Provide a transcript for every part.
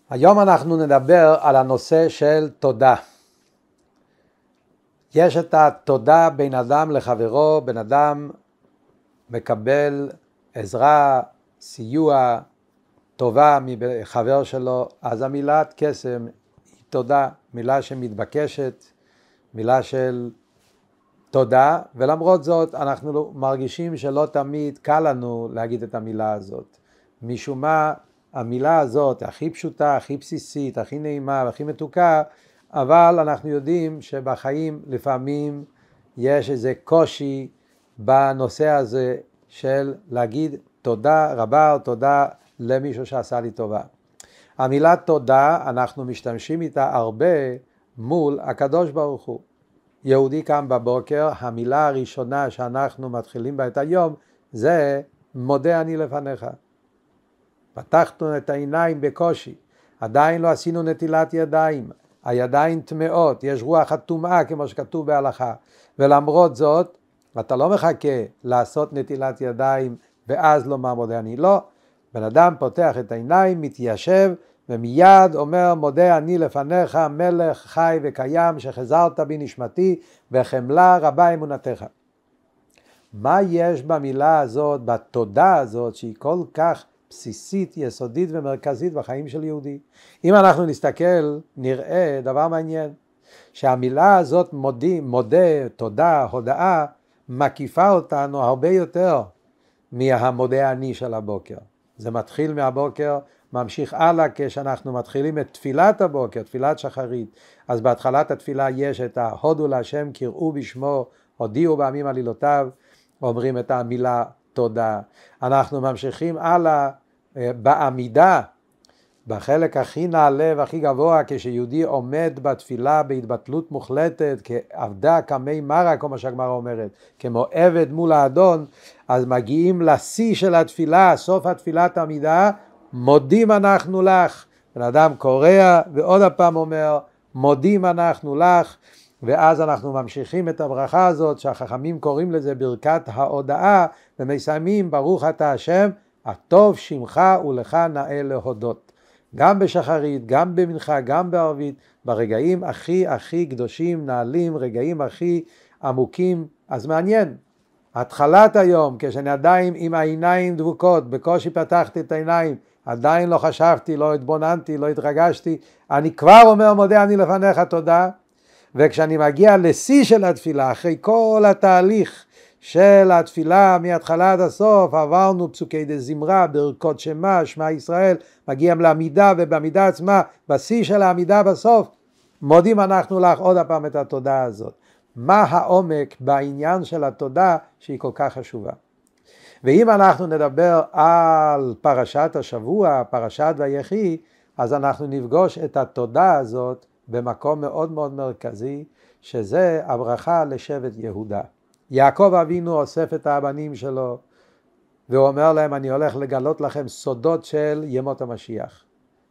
היום אנחנו נדבר על הנושא של תודה. יש את התודה בין אדם לחברו, בין אדם מקבל עזרה, סיוע, טובה מחבר שלו, אז המילת קסם היא תודה, מילה שמתבקשת, מילה של תודה, ולמרות זאת אנחנו מרגישים שלא תמיד קל לנו להגיד את המילה הזאת. משום מה המילה הזאת הכי פשוטה, הכי בסיסית, הכי נעימה והכי מתוקה, אבל אנחנו יודעים שבחיים לפעמים יש איזה קושי בנושא הזה של להגיד תודה רבה או תודה למישהו שעשה לי טובה. המילה תודה אנחנו משתמשים איתה הרבה מול הקדוש ברוך הוא. יהודי קם בבוקר, המילה הראשונה שאנחנו מתחילים בה את היום זה מודה אני לפניך. פתחנו את העיניים בקושי, עדיין לא עשינו נטילת ידיים, הידיים טמאות, יש רוח הטומאה כמו שכתוב בהלכה, ולמרות זאת אתה לא מחכה לעשות נטילת ידיים ואז לומר מודה אני, לא, בן אדם פותח את העיניים, מתיישב ומיד אומר מודה אני לפניך מלך חי וקיים שחזרת בי נשמתי וחמלה רבה אמונתך. מה יש במילה הזאת, בתודה הזאת שהיא כל כך בסיסית, יסודית ומרכזית בחיים של יהודי? אם אנחנו נסתכל נראה דבר מעניין, שהמילה הזאת מודה, תודה, הודאה, מקיפה אותנו הרבה יותר מהמודה אני של הבוקר. זה מתחיל מהבוקר, ממשיך הלאה כשאנחנו מתחילים את תפילת הבוקר, תפילת שחרית. אז בהתחלת התפילה יש את ההודו להשם, קראו בשמו, הודיעו בעמים עלילותיו, אומרים את המילה תודה. אנחנו ממשיכים הלאה בעמידה, בחלק הכי נעלה והכי גבוה, כשיהודי עומד בתפילה בהתבטלות מוחלטת, כעבדה כמי מרה, כמו שהגמרא אומרת, כמו עבד מול האדון, אז מגיעים לשיא של התפילה, סוף התפילת עמידה, מודים אנחנו לך. בן אדם קורא ועוד הפעם אומר, מודים אנחנו לך, ואז אנחנו ממשיכים את הברכה הזאת, שהחכמים קוראים לזה ברכת ההודאה, ומסיימים ברוך אתה השם, הטוב שמך ולך נאה להודות. גם בשחרית, גם במנחה, גם בערבית, ברגעים הכי קדושים, נעלים, רגעים הכי עמוקים. אז מעניין, התחלת היום, כשאני עדיין עם העיניים דבוקות, בקושי פתחתי את העיניים, עדיין לא חשבתי, לא התבוננתי, לא התרגשתי, אני כבר אומר מודה אני לפניך תודה, וכשאני מגיע לשיא של התפילה, אחרי כל התהליך של התפילה מההתחלה עד הסוף, עברנו פסוקי דזמרה, ברכות שמה, שמע ישראל, מגיעים לעמידה, ובעמידה עצמה, בשיא של העמידה בסוף, מודים אנחנו לך עוד הפעם את התודה הזאת. מה העומק בעניין של התודה שהיא כל כך חשובה? ואם אנחנו נדבר על פרשת השבוע, פרשת ויחי, אז אנחנו נפגוש את התודה הזאת במקום מאוד מאוד מרכזי, שזה הברכה לשבט יהודה. יעקב אבינו אוסף את הבנים שלו, והוא אומר להם, אני הולך לגלות לכם סודות של ימות המשיח.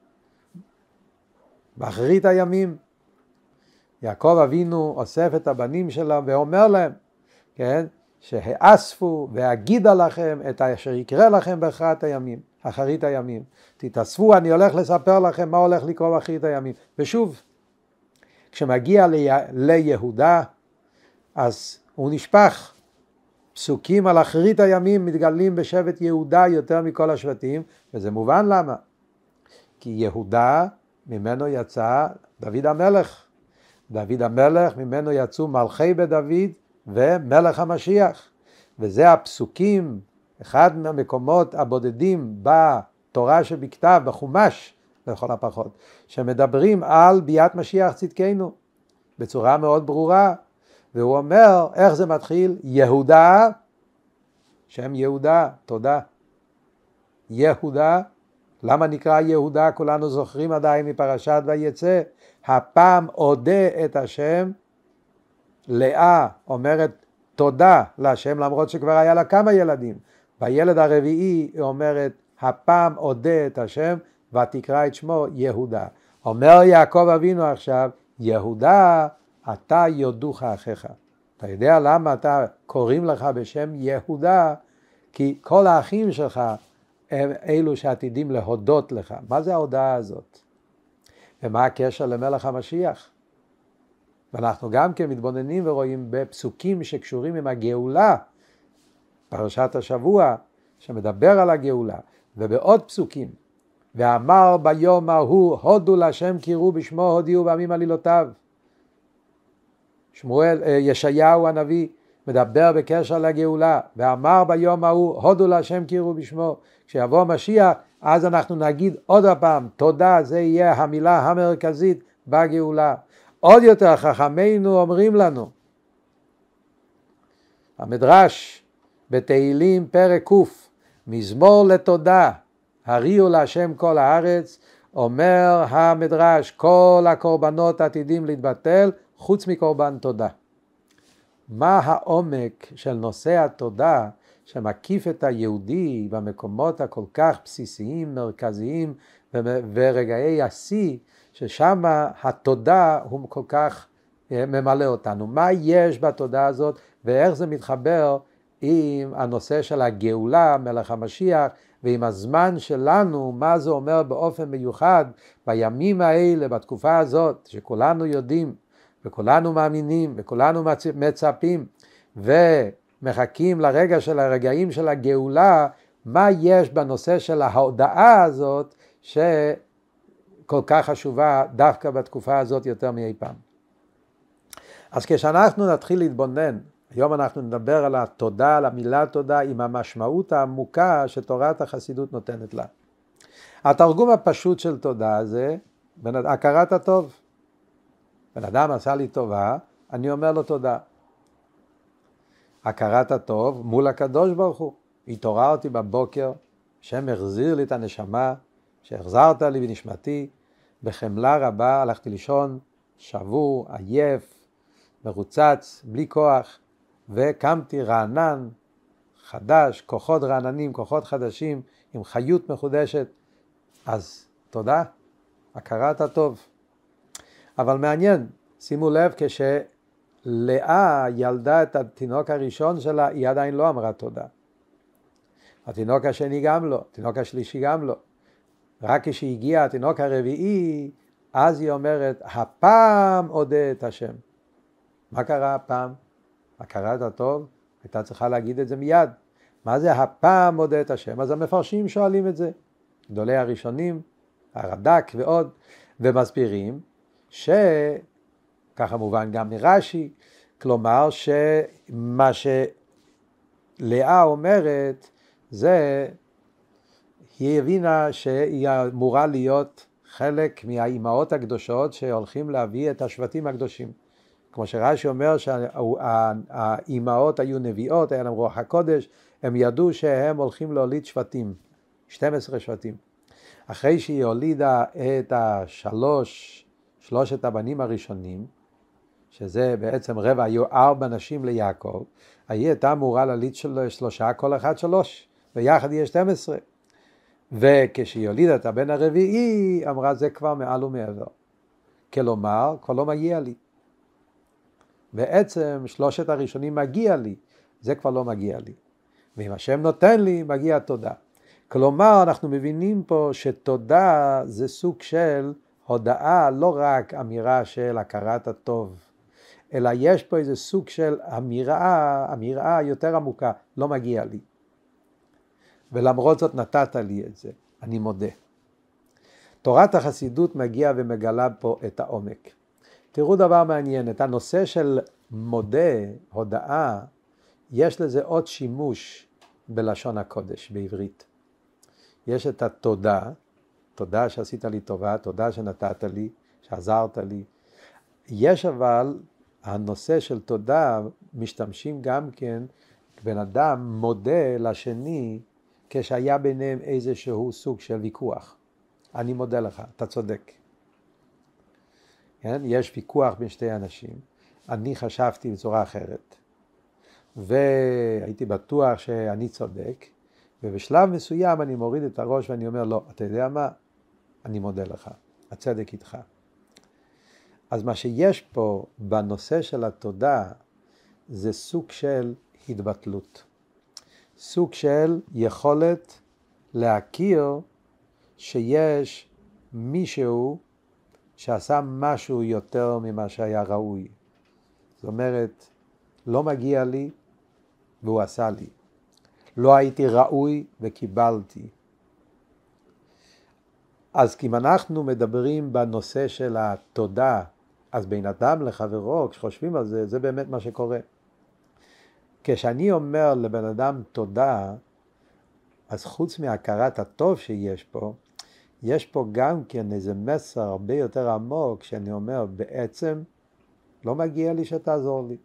באחרית הימים, יעקב אבינו אוסף את הבנים שלו, ואומר להם, כן, שהאספו והגידה לכם את אשר יקרה לכם באחרית הימים, אחרית הימים. תתאספו, אני הולך לספר לכם מה הולך לקרות באחרית הימים. ושוב, כשמגיע ליהודה, אז הוא נשפך. פסוקים על אחרית הימים מתגלים בשבט יהודה יותר מכל השבטים, וזה מובן למה. כי יהודה ממנו יצא דוד המלך. דוד המלך ממנו יצאו מלכי בדוד ומלך המשיח. וזה הפסוקים, אחד מהמקומות הבודדים בתורה שבכתב, בחומש לכל הפחות, שמדברים על ביאת משיח צדקנו בצורה מאוד ברורה. והוא אומר, איך זה מתחיל? יהודה, שם יהודה, תודה. יהודה, למה נקרא יהודה? כולנו זוכרים עדיין מפרשת ויצא. הפעם עודה את השם, לאה אומרת תודה להשם, למרות שכבר היה לה כמה ילדים. בילד הרביעי היא אומרת, הפעם עודה את השם, ותקרא את שמו יהודה. אומר יעקב אבינו עכשיו, יהודה, אתה יודוך אחיך. אתה יודע למה אתה קוראים לך בשם יהודה? כי כל האחים שלך הם אלו שעתידים להודות לך. מה זה ההודעה הזאת? ומה הקשר למלך המשיח? ואנחנו גם כן מתבוננים ורואים בפסוקים שקשורים עם הגאולה, פרשת השבוע שמדבר על הגאולה, ובעוד פסוקים, ואמר ביום ההוא הודו להשם קראו בשמו הודיעו בעמים עלילותיו. ישעיהו הנביא מדבר בקשר לגאולה, ואמר ביום ההוא הודו להשם קראו בשמו. כשיבוא משיח אז אנחנו נגיד עוד הפעם תודה, זה יהיה המילה המרכזית בגאולה. עוד יותר חכמינו אומרים לנו, המדרש בתהילים פרק ק' מזמור לתודה הריעו להשם כל הארץ, אומר המדרש כל הקורבנות עתידים להתבטל חוץ מקורבן תודה. מה העומק של נושא התודה שמקיף את היהודי במקומות הכל כך בסיסיים, מרכזיים ורגעי השיא, ששם התודה הוא כל כך ממלא אותנו. מה יש בתודה הזאת ואיך זה מתחבר עם הנושא של הגאולה, מלך המשיח, ועם הזמן שלנו, מה זה אומר באופן מיוחד בימים האלה, בתקופה הזאת, שכולנו יודעים וכולנו מאמינים וכולנו מצפים ומחכים לרגע של הרגעים של הגאולה. מה יש בנושא של ההודעה הזאת שכל כך חשובה דווקא בתקופה הזאת יותר מאי פעם. אז כשאנחנו נתחיל להתבונן, היום אנחנו נדבר על התודה, על המילה תודה עם המשמעות העמוקה שתורת החסידות נותנת לה. התרגום הפשוט של תודה זה הכרת הטוב. בן אדם עשה לי טובה, אני אומר לו תודה. הכרת הטוב מול הקדוש ברוך הוא. התעורר אותי בבוקר, השם החזיר לי את הנשמה, שהחזרת לי בנשמתי, בחמלה רבה הלכתי לישון, שבור, עייף, מרוצץ, בלי כוח, וקמתי רענן, חדש, כוחות רעננים, כוחות חדשים, עם חיות מחודשת. אז תודה, הכרת הטוב. אבל מעניין, שימו לב, כשלאה ילדה את התינוק הראשון שלה, היא עדיין לא אמרה תודה. התינוק השני גם לא, התינוק השלישי גם לא. רק כשהגיע התינוק הרביעי, אז היא אומרת, הפעם אודה את השם. מה קרה הפעם? הכרת הטוב, הייתה צריכה להגיד את זה מיד. מה זה הפעם אודה את השם? אז המפרשים שואלים את זה. גדולי הראשונים, הרד"ק ועוד, ומסבירים שככה מובן גם מרש"י, כלומר שמה שלאה אומרת זה, היא הבינה שהיא אמורה להיות חלק מהאימהות הקדושות שהולכים להביא את השבטים הקדושים. כמו שרש"י אומר שהאימהות היו נביאות, היה להם רוח הקודש, הם ידעו שהם הולכים להוליד שבטים, 12 שבטים. אחרי שהיא הולידה את שלושת הבנים הראשונים, שזה בעצם רבע, היו 4 נשים ליעקב, היא הייתה אמורה להוליד 3, כל אחד 3, ויחד יהיה 12. וכשהיא הולידה את הבן הרביעי, אמרה זה כבר מעל ומעבר. כלומר, כבר לא מגיע לי. בעצם 3 הראשונים מגיע לי, זה כבר לא מגיע לי. ואם השם נותן לי, מגיע תודה. כלומר, אנחנו מבינים פה שתודה זה סוג של הודעה, לא רק אמירה של הכרת הטוב, אלא יש פה איזה סוג של אמירה יותר עמוקה, לא מגיע לי. ולמרות זאת נתת לי את זה, אני מודה. תורת החסידות מגיעה ומגלה פה את העומק. תראו דבר מעניין, את הנושא של מודה, הודאה, יש לזה עוד שימוש בלשון הקודש, בעברית. יש את התודה, תודה שעשית לי טובה, תודה שנתת לי, שעזרת לי. יש אבל, הנושא של תודה, משתמשים גם כן, בן אדם מודה לשני, כשהיה ביניהם איזשהו סוג של ויכוח. אני מודה לך, אתה צודק. כן? יש ויכוח בין שתי אנשים, אני חשבתי בצורה אחרת, והייתי בטוח שאני צודק, ובשלב מסוים אני מוריד את הראש ואני אומר, לא, אתה יודע מה? אני מודה לך, הצדק איתך. אז מה שיש פה בנושא של התודה, זה סוג של התבטלות. סוג של יכולת להכיר שיש מישהו שעשה משהו יותר ממה שהיה ראוי. זאת אומרת, לא מגיע לי והוא עשה לי. לא הייתי ראוי וקיבלתי. אז אם אנחנו מדברים בנושא של התודה, אז בין אדם לחברו, כשחושבים על זה, זה באמת מה שקורה. כשאני אומר לבן אדם תודה, אז חוץ מהכרת הטוב שיש פה, יש פה גם כן איזה מסר הרבה יותר עמוק, שאני אומר, בעצם לא מגיע לי שתעזור לי.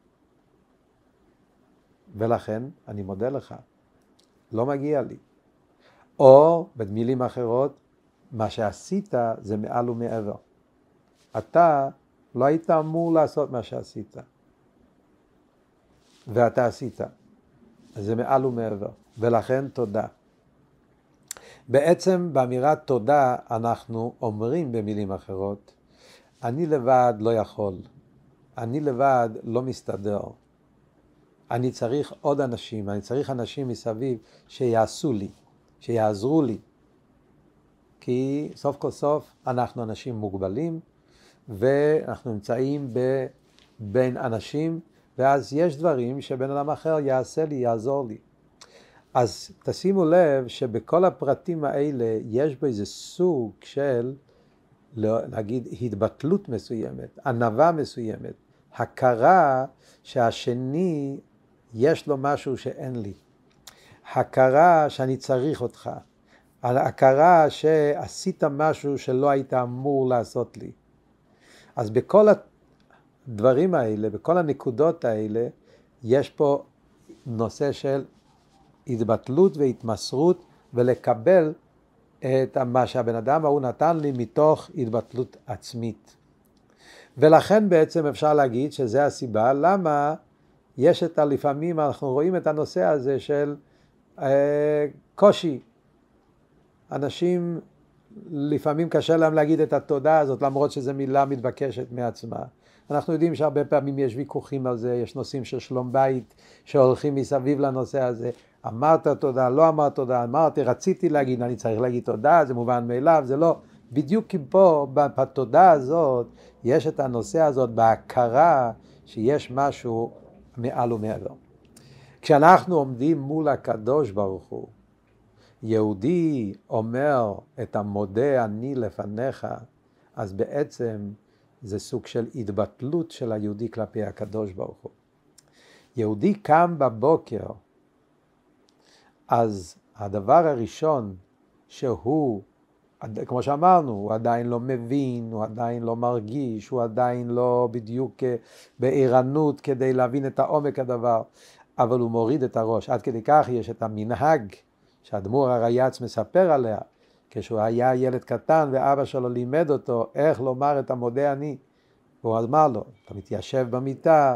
ולכן אני מודה לך, לא מגיע לי. או במילים אחרות, מה שעשית זה מעל ומעבר. אתה לא היית אמור לעשות מה שעשית. ואתה עשית. אז זה מעל ומעבר. ולכן תודה. בעצם באמירת תודה אנחנו אומרים במילים אחרות, אני לבד לא יכול. אני לבד לא מסתדר. אני צריך עוד אנשים, אני צריך אנשים מסביב שיעשו לי, שיעזרו לי. כי סוף כל סוף אנחנו אנשים מוגבלים, ואנחנו נמצאים בין אנשים, ואז יש דברים שבן אדם אחר יעשה לי, יעזור לי. אז תשימו לב שבכל הפרטים האלה יש בו איזה סוג של, להגיד, התבטלות מסוימת, ענווה מסוימת, הכרה שהשני יש לו משהו שאין לי, הכרה שאני צריך אותך, הכרה שעשית משהו שלא היית אמור לעשות לי. אז בכל הדברים האלה, בכל הנקודות האלה, יש פה נושא של התבטלות והתמסרות, ולקבל את מה שהבן אדם ההוא נתן לי מתוך התבטלות עצמית. ולכן בעצם אפשר להגיד שזה הסיבה למה יש את לפעמים אנחנו רואים את הנושא הזה של קושי. אנשים לפעמים קשה להם להגיד את התודה הזאת, למרות שזו מילה מתבקשת מעצמה. אנחנו יודעים שהרבה פעמים יש ויכוחים על זה, יש נושאים של שלום בית שהולכים מסביב לנושא הזה. אמרת תודה, לא אמרת תודה, אמרתי, רציתי להגיד, אני צריך להגיד תודה, זה מובן מאליו, זה לא. בדיוק כי פה, בתודה הזאת, יש את הנושא הזאת בהכרה שיש משהו מעל ומעבר. כשאנחנו עומדים מול הקדוש ברוך הוא, יהודי אומר את המודה אני לפניך, אז בעצם זה סוג של התבטלות של היהודי כלפי הקדוש ברוך הוא. יהודי קם בבוקר, אז הדבר הראשון שהוא, כמו שאמרנו, הוא עדיין לא מבין, הוא עדיין לא מרגיש, הוא עדיין לא בדיוק בערנות כדי להבין את העומק הדבר, אבל הוא מוריד את הראש. עד כדי כך יש את המנהג שהאדמו"ר הריי"צ מספר עליה, כשהוא היה ילד קטן ואבא שלו לימד אותו איך לומר את המודה אני. והוא אמר לו, אתה מתיישב במיטה,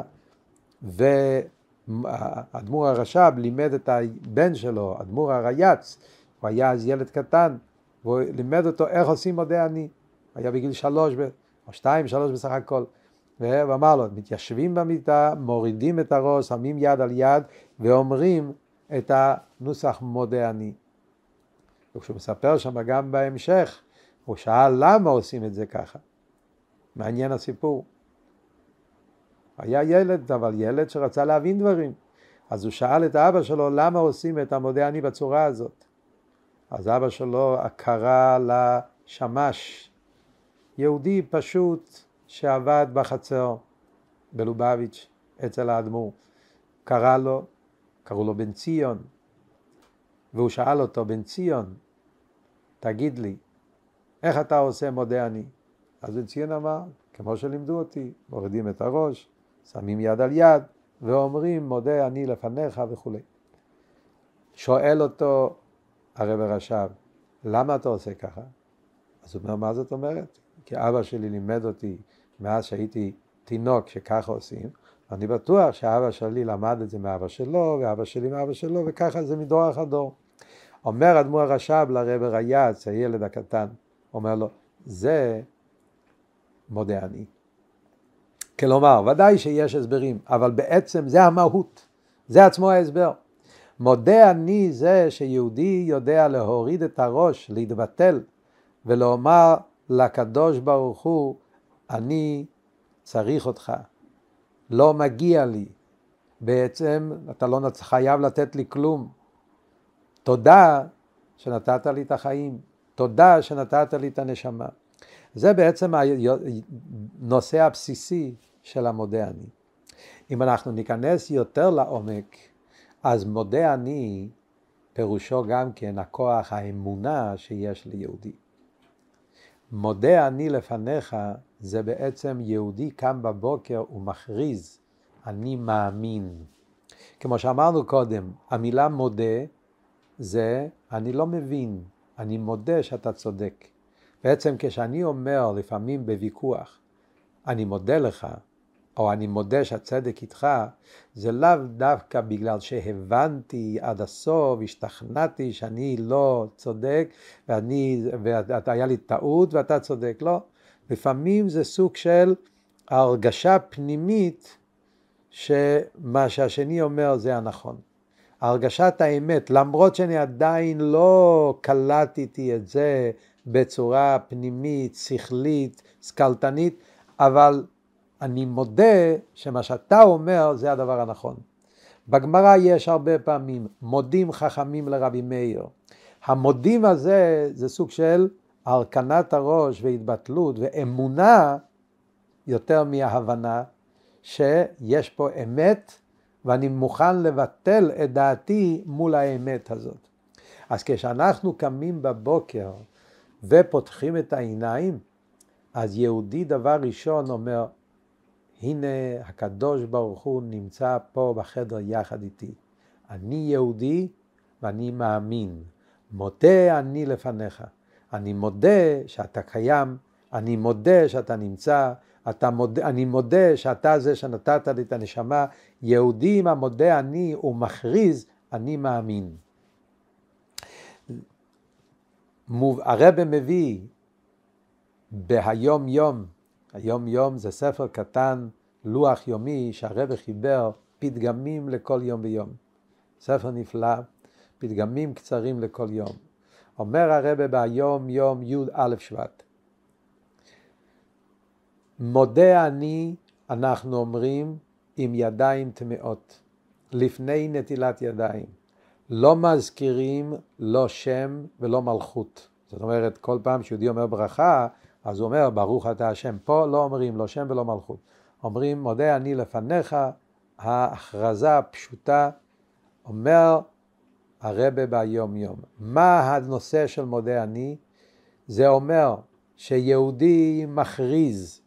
והאדמו"ר הרש"ב לימד את הבן שלו, האדמו"ר הריי"צ, הוא היה אז ילד קטן, והוא לימד אותו איך עושים מודה אני. היה בגיל 3 או 2, 3 בסך הכל. והוא אמר לו, מתיישבים במיטה, מורידים את הראש, שמים יד על יד, ואומרים את הנוסח מודה אני. וכשהוא מספר שם גם בהמשך, הוא שאל למה עושים את זה ככה. מעניין הסיפור. היה ילד, אבל ילד שרצה להבין דברים. אז הוא שאל את האבא שלו למה עושים את המודה אני בצורה הזאת. אז אבא שלו קרא לשמש, יהודי פשוט שעבד בחצר בלובביץ' אצל האדמו"ר. קראו לו בן ציון, והוא שאל אותו, בן ציון, תגיד לי, איך אתה עושה מודה אני? אז בן ציון אמר, כמו שלימדו אותי, מורידים את הראש, שמים יד על יד, ואומרים מודה אני לפניך וכו'. שואל אותו הרב הרש"ב, למה אתה עושה ככה? אז הוא אומר, מה זאת אומרת? כי אבא שלי לימד אותי מאז שהייתי תינוק שככה עושים, אני בטוח שאבא שלי למד את זה מאבא שלו, ואבא שלי מאבא שלו, וככה זה מדור אחר דור. אומר אדמו"ר הרש"ב לרב הריי"צ, הילד הקטן, אומר לו, זה מודה אני. כלומר, ודאי שיש הסברים, אבל בעצם זה המהות, זה עצמו ההסבר. מודה אני זה שיהודי יודע להוריד את הראש, להתבטל, ולומר לקדוש ברוך הוא, אני צריך אותך, לא מגיע לי, בעצם אתה לא חייב לתת לי כלום. תודה שנתת לי את החיים, תודה שנתת לי את הנשמה. זה בעצם הנושא הבסיסי של המודה אני. אם אנחנו ניכנס יותר לעומק, אז מודה אני פירושו גם כן הכוח האמונה שיש ליהודי. מודה אני לפניך זה בעצם יהודי קם בבוקר ומכריז אני מאמין. כמו שאמרנו קודם, המילה מודה זה אני לא מבין, אני מודה שאתה צודק. בעצם כשאני אומר לפעמים בוויכוח אני מודה לך, או אני מודה שהצדק איתך, זה לאו דווקא בגלל שהבנתי עד הסוף, השתכנעתי שאני לא צודק, והיה לי טעות ואתה צודק. לא. לפעמים זה סוג של הרגשה פנימית שמה שהשני אומר זה הנכון. הרגשת האמת, למרות שאני עדיין לא קלטתי את זה בצורה פנימית, שכלית, סקלטנית, אבל אני מודה שמה שאתה אומר זה הדבר הנכון. בגמרא יש הרבה פעמים מודים חכמים לרבי מאיר. המודים הזה זה סוג של הרכנת הראש והתבטלות ואמונה יותר מההבנה שיש פה אמת ואני מוכן לבטל את דעתי מול האמת הזאת. אז כשאנחנו קמים בבוקר ופותחים את העיניים, אז יהודי דבר ראשון אומר, הנה הקדוש ברוך הוא נמצא פה בחדר יחד איתי. אני יהודי ואני מאמין. מודה אני לפניך. אני מודה שאתה קיים, אני מודה שאתה נמצא, אני מודה שאתה זה שנתת לי את הנשמה. יהודי עם המודה אני ומכריז אני מאמין. הרב מביא בהיום יום, היום יום זה ספר קטן, לוח יומי שהרב חיבר פתגמים לכל יום ויום. ספר נפלא, פתגמים קצרים לכל יום. אומר הרב בהיום יום י' א' שבט. מודה אני, אנחנו אומרים, עם ידיים טמאות, לפני נטילת ידיים. לא מזכירים לא שם ולא מלכות. זאת אומרת, כל פעם שיהודי אומר ברכה, אז הוא אומר, ברוך אתה השם. פה לא אומרים לא שם ולא מלכות. אומרים, מודה אני לפניך, ההכרזה הפשוטה, אומר הרב ביום יום. מה הנושא של מודה אני? זה אומר שיהודי מכריז,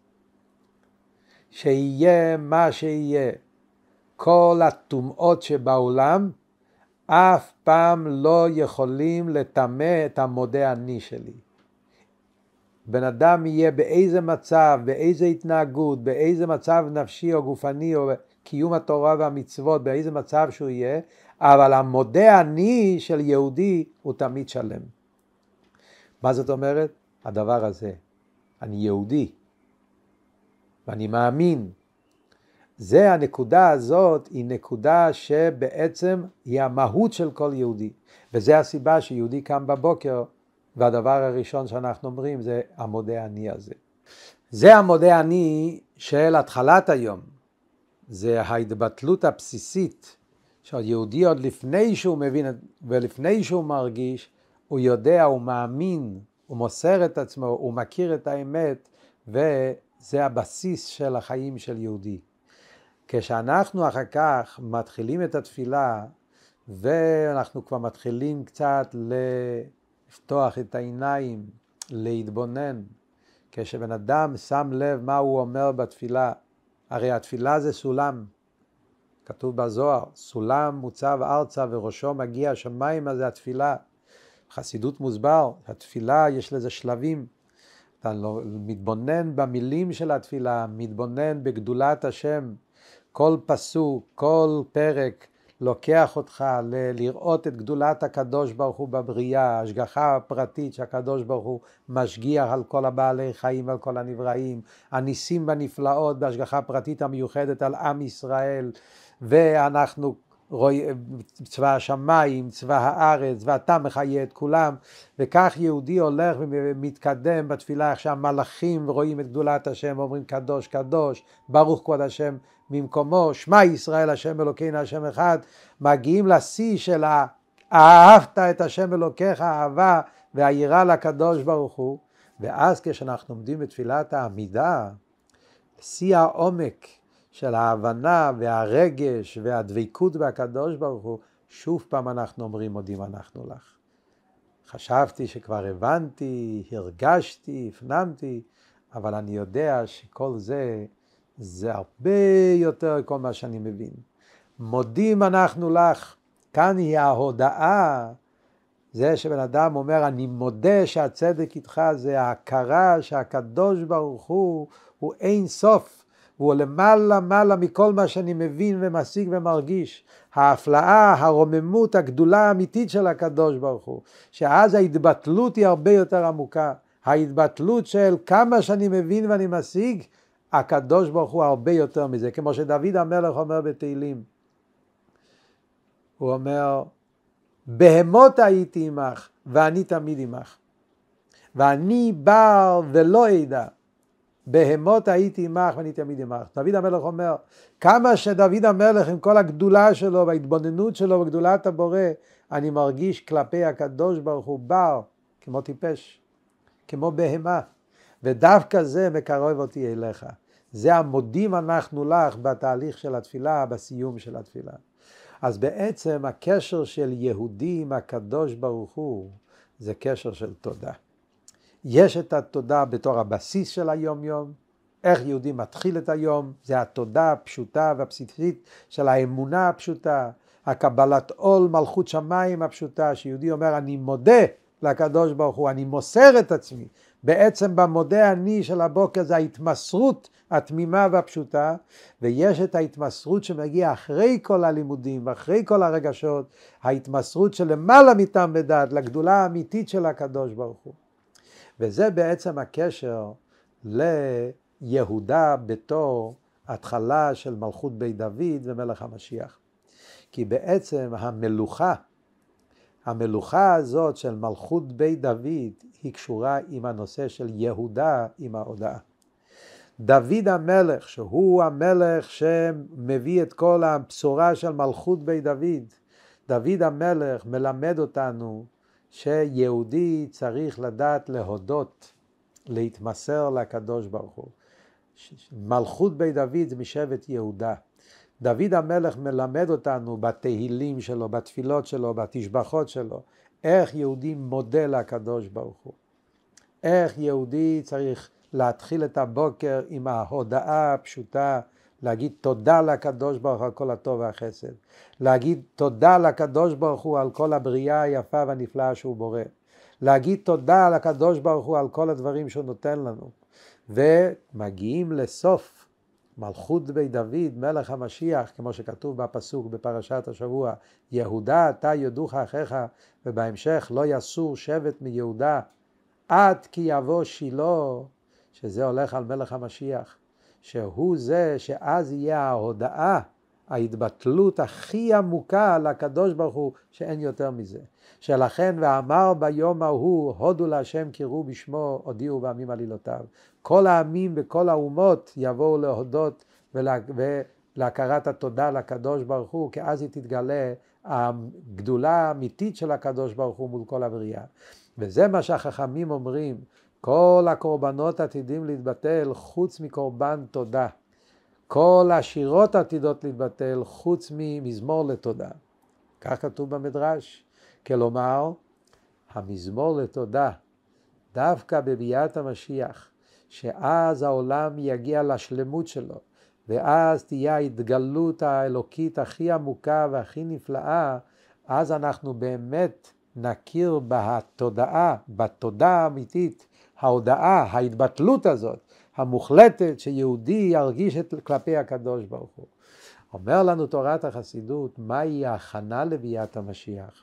שיהיה מה שיהיה, כל הטומאות שבעולם, אף פעם לא יכולים לטמא את המודה אני שלי. בן אדם יהיה באיזה מצב, באיזה התנהגות, באיזה מצב נפשי או גופני או קיום התורה והמצוות, באיזה מצב שהוא יהיה, אבל המודה אני של יהודי הוא תמיד שלם. מה זאת אומרת? הדבר הזה, אני יהודי ואני מאמין. זה הנקודה הזאת, היא נקודה שבעצם היא המהות של כל יהודי. וזה הסיבה שיהודי קם בבוקר, והדבר הראשון שאנחנו אומרים זה המודה אני הזה. זה המודה אני של התחלת היום. זה ההתבטלות הבסיסית של יהודי עוד לפני שהוא מבין ולפני שהוא מרגיש, הוא יודע, הוא מאמין, הוא מוסר את עצמו, הוא מכיר את האמת, וזה הבסיס של החיים של יהודי. כשאנחנו אחר כך מתחילים את התפילה, ואנחנו כבר מתחילים קצת לפתוח את העיניים, להתבונן, כשבן אדם שם לב מה הוא אומר בתפילה, הרי התפילה זה סולם, כתוב בזוהר, סולם מוצב ארצה וראשו מגיע השמיים, אז זה התפילה. חסידות מוסבר, התפילה יש לזה שלבים, אתה מתבונן במילים של התפילה, מתבונן בגדולת השם, כל פסוק, כל פרק לוקח אותך לראות את גדולת הקדוש ברוך הוא בבריאה, השגחה הפרטית שהקדוש ברוך הוא משגיח על כל הבעלי חיים ועל כל הנבראים, הניסים והנפלאות בהשגחה הפרטית המיוחדת על עם ישראל, ואנחנו צבא השמיים, צבא הארץ, ואתה מחיה את כולם, וכך יהודי הולך ומתקדם בתפילה, איך שהמלאכים רואים את גדולת השם, אומרים קדוש קדוש, ברוך כבוד השם ממקומו, שמע ישראל השם אלוקינו השם אחד, מגיעים לשיא של אהבת את השם אלוקיך, אהבה והיראה לקדוש ברוך הוא, ואז כשאנחנו עומדים בתפילת העמידה, שיא העומק של ההבנה והרגש והדבקות בהקדוש ברוך הוא, שוב פעם אנחנו אומרים מודים אנחנו לך. חשבתי שכבר הבנתי, הרגשתי, הפנמתי, אבל אני יודע שכל זה הרבה יותר כל מה שאני מבין. מודים אנחנו לך, כאן היא ההודעה, זה שבן אדם אומר אני מודה שהצדק איתך, זה ההכרה שהקדוש ברוך הוא אין סוף, הוא למעלה מעלה מכל מה שאני מבין ומשיג ומרגיש. ההפלאה, הרוממות, הגדולה האמיתית של הקדוש ברוך הוא, שאז ההתבטלות היא הרבה יותר עמוקה, ההתבטלות של כמה שאני מבין ואני משיג, הקדוש ברוך הוא הרבה יותר מזה, כמו שדוד המלך אומר בתהילים, הוא אומר בהמות הייתי עמך ואני תמיד עמך, ואני בר ולא עדה, בהמות הייתי עמך ואני תמיד עמך. דוד המלך אומר, כמה שדוד המלך עם כל הגדולה שלו וההתבוננות שלו בגדולת הבורא, אני מרגיש כלפי הקדוש ברוך הוא בר, כמו טיפש, כמו בהמה, ודווקא זה מקרב אותי אליך. זה המודים אנחנו לך בתהליך של התפילה, בסיום של התפילה. אז בעצם הקשר של יהודי עם הקדוש ברוך הוא, זה קשר של תודה. יש את התודה בתור הבסיס של היום יום, איך יהודי מתחיל את היום, זה התודה הפשוטה והבסיסית של האמונה הפשוטה, הקבלת עול מלכות שמיים הפשוטה, שיהודי אומר אני מודה לקדוש ברוך הוא, אני מוסר את עצמי, בעצם במודה אני של הבוקר זה ההתמסרות התמימה והפשוטה, ויש את ההתמסרות שמגיע אחרי כל הלימודים ואחרי כל הרגשות, ההתמסרות שלמעלה מטעם בדעת לגדולה האמיתית של הקדוש ברוך הוא. וזה בעצם הקשר ליהודה בתור התחלה של מלכות בית דוד ומלך המשיח. כי בעצם המלוכה הזאת של מלכות בית דוד היא קשורה עם הנושא של יהודה עם ההודעה. דוד המלך, שהוא המלך שמביא את כל הבשורה של מלכות בית דוד, דוד המלך מלמד אותנו שיהודי צריך לדעת להודות, להתמסר לקדוש ברוך הוא. מלכות בית דוד זה משבט יהודה. דוד המלך מלמד אותנו בתהילים שלו, בתפילות שלו, בתשבחות שלו, איך יהודי מודה לקדוש ברוך הוא. איך יהודי צריך להתחיל את הבוקר עם ההודעה הפשוטה, להגיד תודה לקדוש ברוך הוא על כל הטוב והחסד. להגיד תודה לקדוש ברוך הוא על כל הבריאה היפה והנפלאה שהוא בורא. להגיד תודה לקדוש ברוך הוא על כל הדברים שהוא נותן לנו. ומגיעים לסוף מלכות בית דוד, מלך המשיח, כמו שכתוב בפסוק בפרשת השבוע, יהודה אתה יודוך אחיך, ובהמשך לא יסור שבט מיהודה, עד כי יבוא שילה, שזה הולך על מלך המשיח. שהוא זה שאז יהיה ההודעה, ההתבטלות הכי עמוקה לקדוש ברוך הוא, שאין יותר מזה. שלכן ואמר ביום ההוא, הודו להשם קראו בשמו, הודיעו בעמים עלילותיו. כל העמים וכל האומות יבואו להודות ולהכרת התודה לקדוש ברוך הוא, כי אז היא תתגלה הגדולה האמיתית של הקדוש ברוך הוא מול כל הבריאה. וזה מה שהחכמים אומרים, כל הקורבנות עתידים להתבטל חוץ מקורבן תודה. כל השירות עתידות להתבטל חוץ ממזמור לתודה. כך כתוב במדרש. כלומר, המזמור לתודה, דווקא בביאת המשיח, שאז העולם יגיע לשלמות שלו, ואז תהיה ההתגלות האלוקית הכי עמוקה והכי נפלאה, אז אנחנו באמת נכיר בתודה האמיתית, ההודעה, ההתבטלות הזאת, המוחלטת שיהודי ירגיש כלפי הקדוש ברוך הוא. אומר לנו תורת החסידות, מהי ההכנה לביאת המשיח?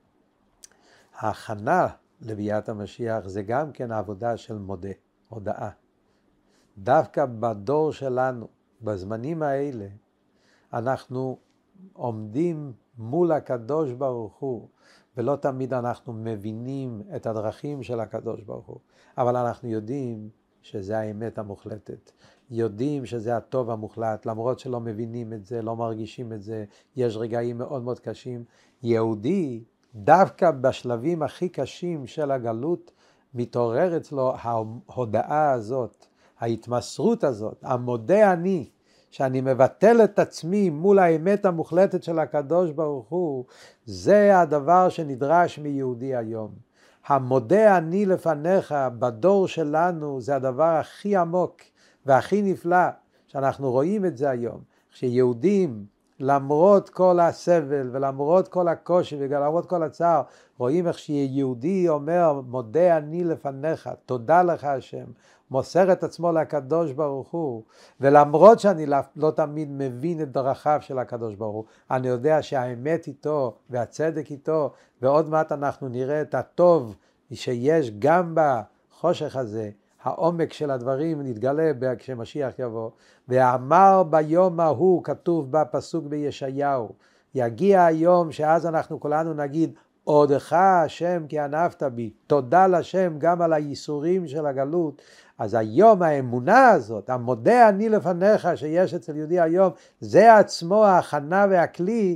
ההכנה לביאת המשיח זה גם כן העבודה של מודה, הודעה. דווקא בדור שלנו, בזמנים האלה, אנחנו עומדים מול הקדוש ברוך הוא, ולא תמיד אנחנו מבינים את הדרכים של הקדוש ברוך הוא, אבל אנחנו יודעים שזה האמת המוחלטת, יודעים שזה הטוב המוחלט, למרות שלא מבינים את זה, לא מרגישים את זה, יש רגעים מאוד מאוד קשים. יהודי, דווקא בשלבים הכי קשים של הגלות, מתעורר אצלו ההודעה הזאת, ההתמסרות הזאת, המודה אני, שאני מבטל את עצמי מול האמת המוחלטת של הקדוש ברוך הוא, זה הדבר שנדרש מיהודי היום. המודה אני לפניך בדור שלנו זה הדבר הכי עמוק והכי נפלא שאנחנו רואים את זה היום. כשיהודים למרות כל הסבל ולמרות כל הקושי ולמרות כל הצער, רואים איך שיהודי אומר מודה אני לפניך, תודה לך השם, מוסר את עצמו לקדוש ברוך הוא, ולמרות שאני לא תמיד מבין את דרכיו של הקדוש ברוך הוא, אני יודע שהאמת איתו והצדק איתו, ועוד מעט אנחנו נראה את הטוב שיש גם בחושך הזה, העומק של הדברים נתגלה כשמשיח יבוא. ואמר ביום ההוא, כתוב בפסוק בישעיהו, יגיע היום שאז אנחנו כולנו נגיד עודך השם כי ענפת בי, תודה לשם גם על הייסורים של הגלות. אז היום האמונה הזאת, המודה אני לפניך שיש אצל יהודי היום, זה עצמו ההכנה והכלי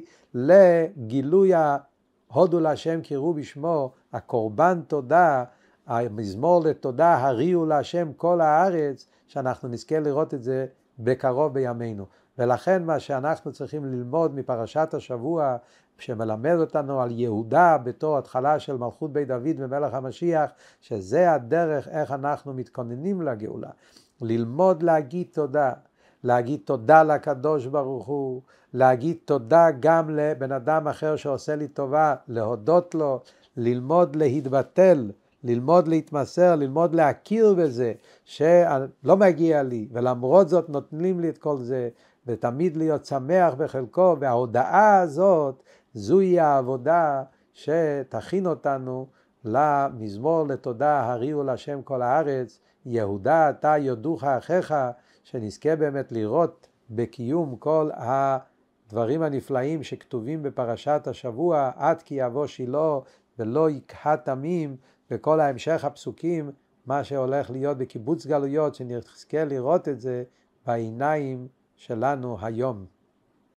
לגילוי ההודו להשם קראו בשמו, הקורבן תודה, המזמור לתודה הריעו להשם כל הארץ, שאנחנו נזכה לראות את זה בקרוב בימינו. ולכן מה שאנחנו צריכים ללמוד מפרשת השבוע, שמלמד אותנו על יהודה בתור התחלה של מלכות בית דוד ומלך המשיח, שזה הדרך איך אנחנו מתכוננים לגאולה. ללמוד להגיד תודה, להגיד תודה לקדוש ברוך הוא, להגיד תודה גם לבן אדם אחר שעושה לי טובה, להודות לו, ללמוד להתבטל, ללמוד להתמסר, ללמוד להכיר בזה שלא מגיע לי, ולמרות זאת נותנים לי את כל זה, ותמיד להיות שמח בחלקו, וההודעה הזאת, זוהי העבודה שתכין אותנו למזמור לתודה, הריעו להשם כל הארץ, יהודה אתה יודוך אחיך, שנזכה באמת לראות בקיום כל הדברים הנפלאים שכתובים בפרשת השבוע, עד כי יבוא שילה ולא יקהה תמים, וכל ההמשך הפסוקים, מה שהולך להיות בקיבוץ גלויות, שנזכה לראות את זה בעיניים שלנו היום.